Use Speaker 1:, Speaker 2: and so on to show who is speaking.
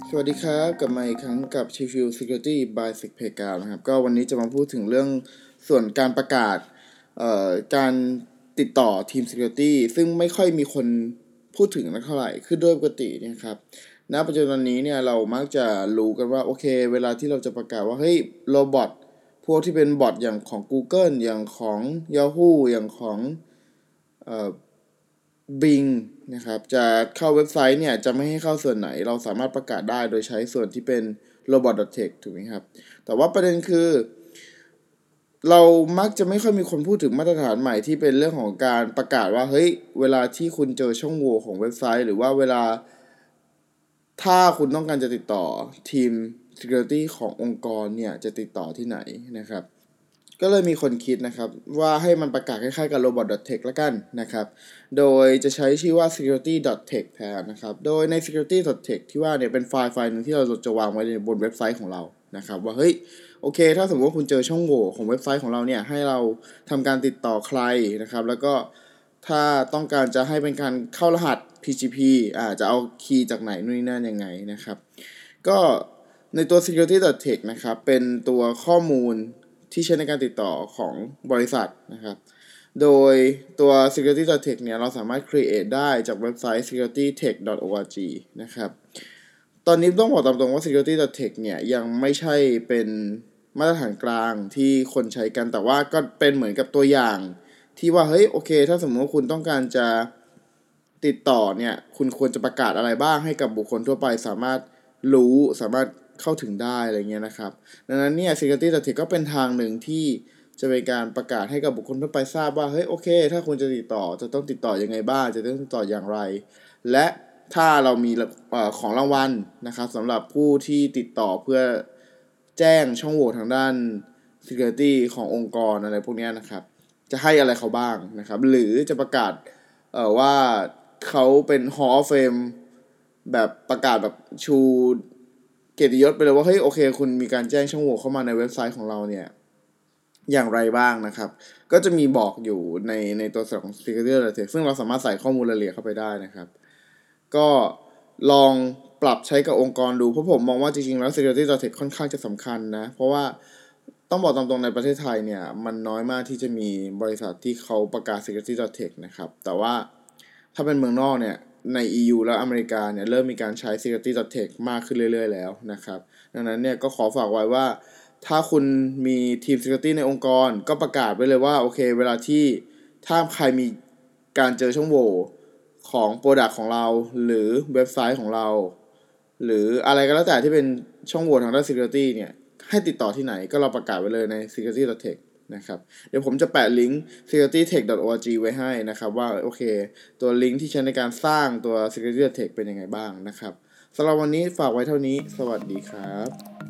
Speaker 1: สวัสดีครับกลับมาอีกครั้งกับ Chill Security by Sec Playground นะครับก็วันนี้จะมาพูดถึงเรื่องส่วนการประกาศการติดต่อทีม Security ซึ่งไม่ค่อยมีคนพูดถึงนักเท่าไหร่คือโดยปกติเนี่ยครับณปัจจุบันนี้เนี่ยเรามักจะรู้กันว่าโอเคเวลาที่เราจะประกาศว่าเฮ้ยโรบอทพวกที่เป็นบอทอย่างของ Google อย่างของ Yahoo อย่างของBing นะครับจะเข้าเว็บไซต์เนี่ยจะไม่ให้เข้าส่วนไหนเราสามารถประกาศได้โดยใช้ส่วนที่เป็น robot.tech ถูกไหมครับแต่ว่าประเด็นคือเรามักจะไม่ค่อยมีคนพูดถึงมาตรฐานใหม่ที่เป็นเรื่องของการประกาศว่าเฮ้ยเวลาที่คุณเจอช่องโหว่ของเว็บไซต์หรือว่าเวลาถ้าคุณต้องการจะติดต่อทีม security ขององค์กรเนี่ยจะติดต่อที่ไหนนะครับก็เลยมีคนคิดนะครับว่าให้มันประกาศคล้ายๆกับ robot.tech ละกันนะครับโดยจะใช้ชื่อว่า security.tech แทนนะครับโดยใน security.tech ที่ว่าเนี่ยเป็นไฟล์นึงที่เราจะวางไว้ในบนเว็บไซต์ของเรานะครับว่าเฮ้ยโอเคถ้าสมมติว่าคุณเจอช่องโหว่ของเว็บไซต์ของเราเนี่ยให้เราทำการติดต่อใครนะครับแล้วก็ถ้าต้องการจะให้เป็นการเข้ารหัส PGP จะเอาคีย์จากไหนนู่นนี่นั่นยังไงนะครับก็ในตัว security.tech นะครับเป็นตัวข้อมูลที่ใช้ในการติดต่อของบริษัทนะครับโดยตัว security.tech เนี่ยเราสามารถ create ได้จากเว็บไซต์ securitytech.org นะครับตอนนี้ต้องบอกตามตรงว่า security.tech เนี่ยยังไม่ใช่เป็นมาตรฐานกลางที่คนใช้กันแต่ว่าก็เป็นเหมือนกับตัวอย่างที่ว่าเฮ้ยโอเคถ้าสมมติว่าคุณต้องการจะติดต่อเนี่ยคุณควรจะประกาศอะไรบ้างให้กับบุคคลทั่วไปสามารถรู้สามารถเข้าถึงได้อะไรเงี้ยนะครับดังนั้นเนี่ย security.tech ก็เป็นทางหนึ่งที่จะเป็นการประกาศให้กับบุคคลทั่วไปทราบว่าเฮ้ยโอเคถ้าคุณจะติดต่อจะต้องติดต่อยังไงบ้างจะต้องติดต่ออย่างไรและถ้าเรามีของรางวัลนะครับสำหรับผู้ที่ติดต่อเพื่อแจ้งช่องโหว่ทางด้าน security ขององค์กรอะไรพวกนี้นะครับจะให้อะไรเขาบ้างนะครับหรือจะประกาศว่าเขาเป็น Hall of Fame แบบประกาศแบบชูเกียรติยศไปเลยว่าเฮ้ยโอเคคุณมีการแจ้งช่องโหว่เข้ามาในเว็บไซต์ของเราเนี่ยอย่างไรบ้างนะครับก็จะมีบอกอยู่ในตัวส่วนของ Security ซึ่งเราสามารถใส่ข้อมูลรายละเอียดเข้าไปได้นะครับก็ลองปรับใช้กับองค์กรดูเพราะผมมองว่าจริงๆแล้ว Security.tech ค่อนข้างจะสำคัญนะเพราะว่าต้องบอกตามตรงในประเทศไทยเนี่ยมันน้อยมากที่จะมีบริษัทที่เขาประกาศ Security.tech นะครับแต่ว่าถ้าเป็นเมืองนอกเนี่ยใน EU และอเมริกาเนี่ยเริ่มมีการใช้ Security.tech มากขึ้นเรื่อยๆแล้วนะครับดังนั้นเนี่ยก็ขอฝากไว้ว่าถ้าคุณมีทีม Security ในองค์กรก็ประกาศไว้เลยว่าโอเคเวลาที่ถ้าใครมีการเจอช่องโหว่ของ Product ของเราหรือเว็บไซต์ของเราหรืออะไรก็แล้วแต่ที่เป็นช่องโหว่ทางด้าน Security เนี่ยให้ติดต่อที่ไหนก็เราประกาศไว้เลยใน security.tech นะครับเดี๋ยวผมจะแปะลิงก์ securitytech.org ไว้ให้นะครับว่าโอเคตัวลิงก์ที่ใช้ในการสร้างตัว security.tech เป็นยังไงบ้างนะครับสำหรับวันนี้ฝากไว้เท่านี้สวัสดีครับ